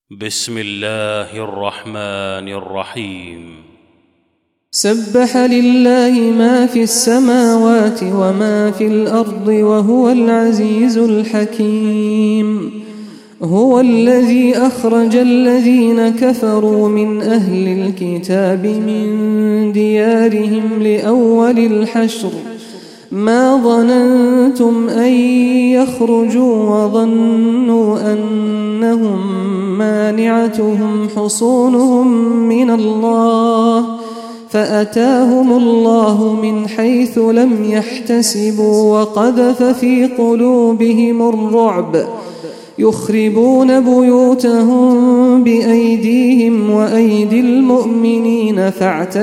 بسم الله الرحمن الرحيم. سبح لله ما في السماوات وما في الأرض وهو العزيز الحكيم. هو الذي أخرج الذين كفروا من أهل الكتاب من ديارهم لأول الحشر ما ظننتم أن يخرجوا وظنوا أنهم مانعتهم حصونهم من الله فأتاهم الله من حيث لم يحتسبوا وقذف في قلوبهم الرعب يخربون بيوتهم بأيديهم وأيدي المؤمنين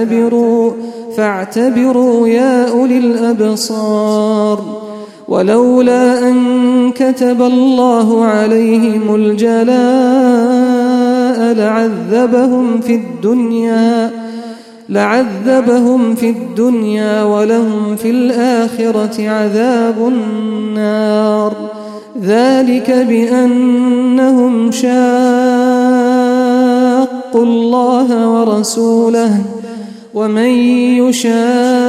فاعتبروا يا أولي الأبصار. ولولا أن كتب الله عليهم الجلاء لعذبهم في الدنيا ولهم في الآخرة عذاب النار. ذلك بأنهم شاقوا الله ورسوله ومن يشاق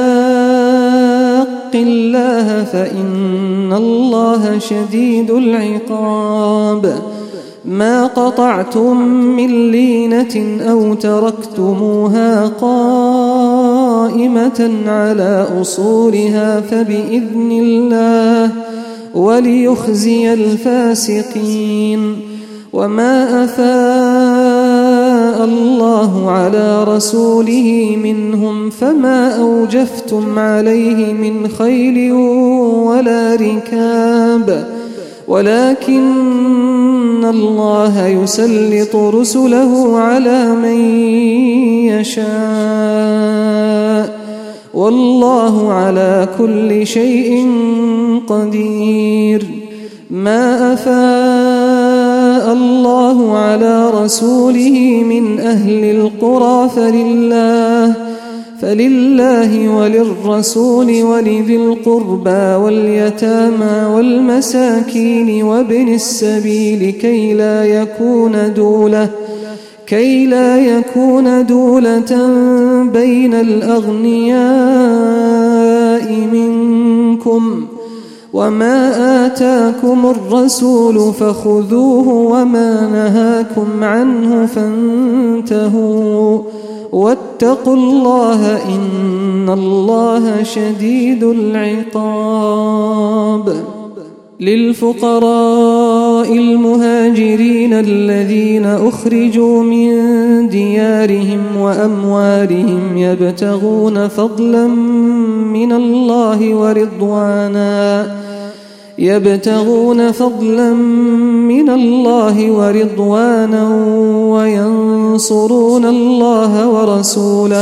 الله فإن الله شديد العقاب. ما قطعتم من لينة أو تركتموها قائمة على أصولها فبإذن الله وليخزي الفاسقين. وما أفاء الله على رسوله منهم فما أوجفتم عليه من خيل ولا ركاب ولكن الله يسلط رسله على من يشاء والله على كل شيء قدير. ما أفاء الله على رسوله من أهل القرى فلله وللرسول ولذي القربى واليتامى والمساكين وابن السبيل كي لا يكون دولة بين الأغنياء منكم. وما آتاكم الرسول فخذوه وما نهاكم عنه فانتهوا واتقوا الله إن الله شديد العقاب. للفقراء المهاجرين الذين أخرجوا من ديارهم وأموالهم يبتغون فضلا من الله ورضوانا وينصرون الله ورسوله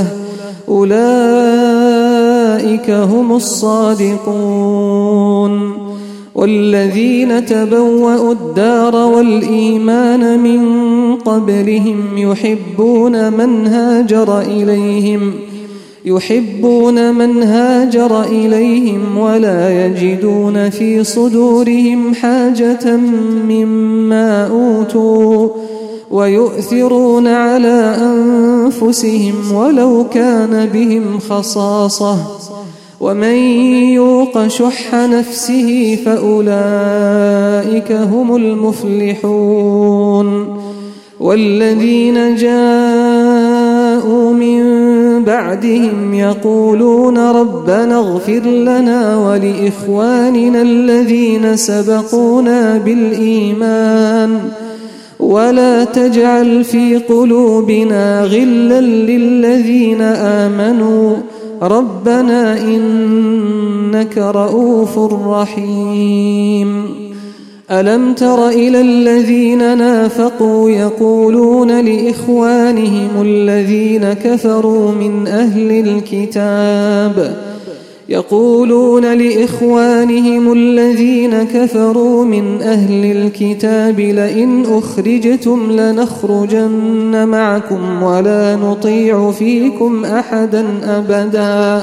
أولئك هم الصادقون. والذين تبوأوا الدار والإيمان من قبلهم يحبون من هاجر إليهم ولا يجدون في صدورهم حاجة مما أوتوا ويؤثرون على أنفسهم ولو كان بهم خصاصة ومن يوق شح نفسه فأولئك هم المفلحون. والذين جاءوا من بعدهم يقولون ربنا اغفر لنا ولإخواننا الذين سبقونا بالإيمان ولا تجعل في قلوبنا غلا للذين آمنوا ربنا إنك رؤوف رحيم. ألم تر إلى الذين نافقوا يقولون لإخوانهم الذين كفروا من أهل الكتاب لئن أخرجتم لنخرجن معكم ولا نطيع فيكم أحدا أبدا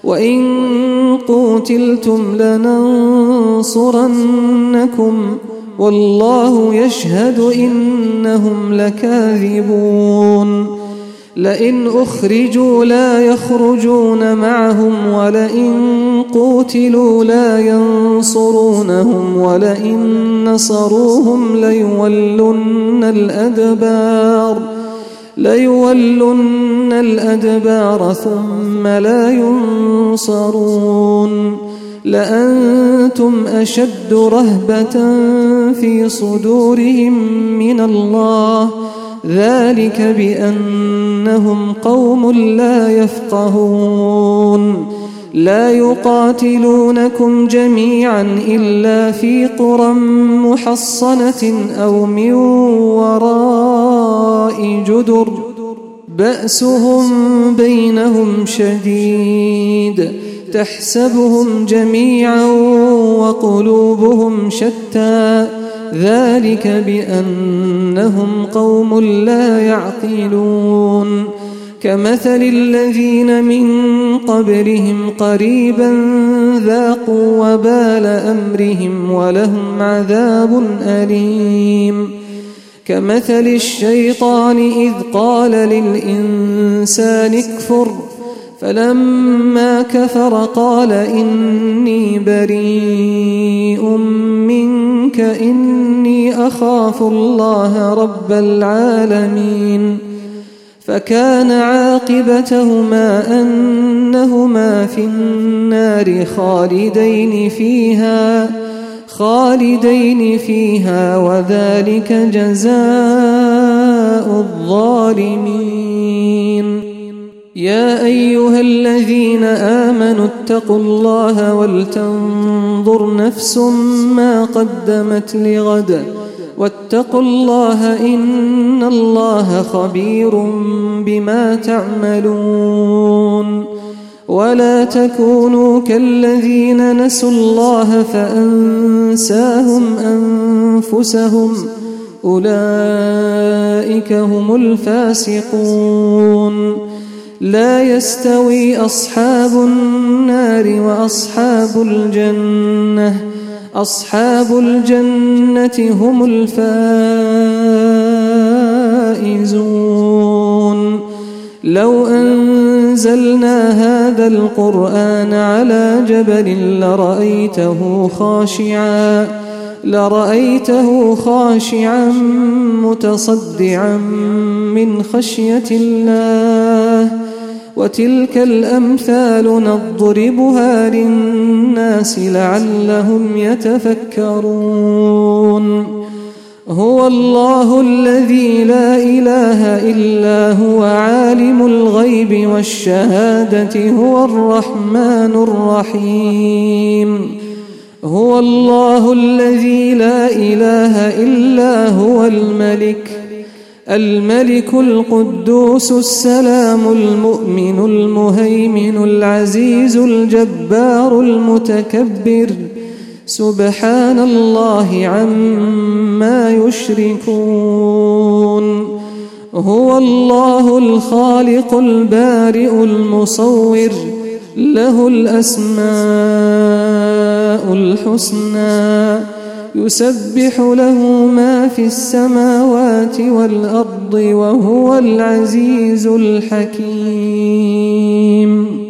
وإن قوتلتم لننصرنكم والله يشهد إنهم لكاذبون لئن أخرجوا لا يخرجون معهم ولئن قوتلوا لا ينصرونهم ولئن نصروهم ليولن الأدبار ثم لا ينصرون لأنتم أشد رهبة في صدورهم من الله ذلك بأنهم قوم لا يفقهون لا يقاتلونكم جميعا إلا في قرى محصنة أو من وراء جدر بأسهم بينهم شديد تحسبهم جميعا وقلوبهم شتى ذلك بأنهم قوم لا يعقلون كمثل الذين من قبلهم قريبا ذاقوا وبال أمرهم ولهم عذاب أليم كمثل الشيطان إذ قال للإنسان اكفر فلما كفر قال إني بريء منك إني أخاف الله رب العالمين فكان عاقبتهما أنهما في النار خالدين فيها وذلك جزاء الظالمين يا أيها الذين آمنوا اتقوا الله ولتنظر نفس ما قدمت لغد واتقوا الله إن الله خبير بما تعملون ولا تكونوا كالذين نسوا الله فأنساهم أنفسهم أولئك هم الفاسقون لا يستوي أصحاب النار أصحاب الجنة هم الفائزون لو أنزلنا هذا القرآن على جبل لرأيته خاشعا متصدعا من خشية الله وتلك الأمثال نضربها للناس لعلهم يتفكرون هو الله الذي لا إله إلا هو عالم الغيب والشهادة هو الرحمن الرحيم هو الله الذي لا إله إلا هو الملك القدوس السلام المؤمن المهيمن العزيز الجبار المتكبر سبحان الله عما يشركون هو الله الخالق البارئ المصور له الأسماء الحسنى يسبح له ما في السماوات والأرض وهو العزيز الحكيم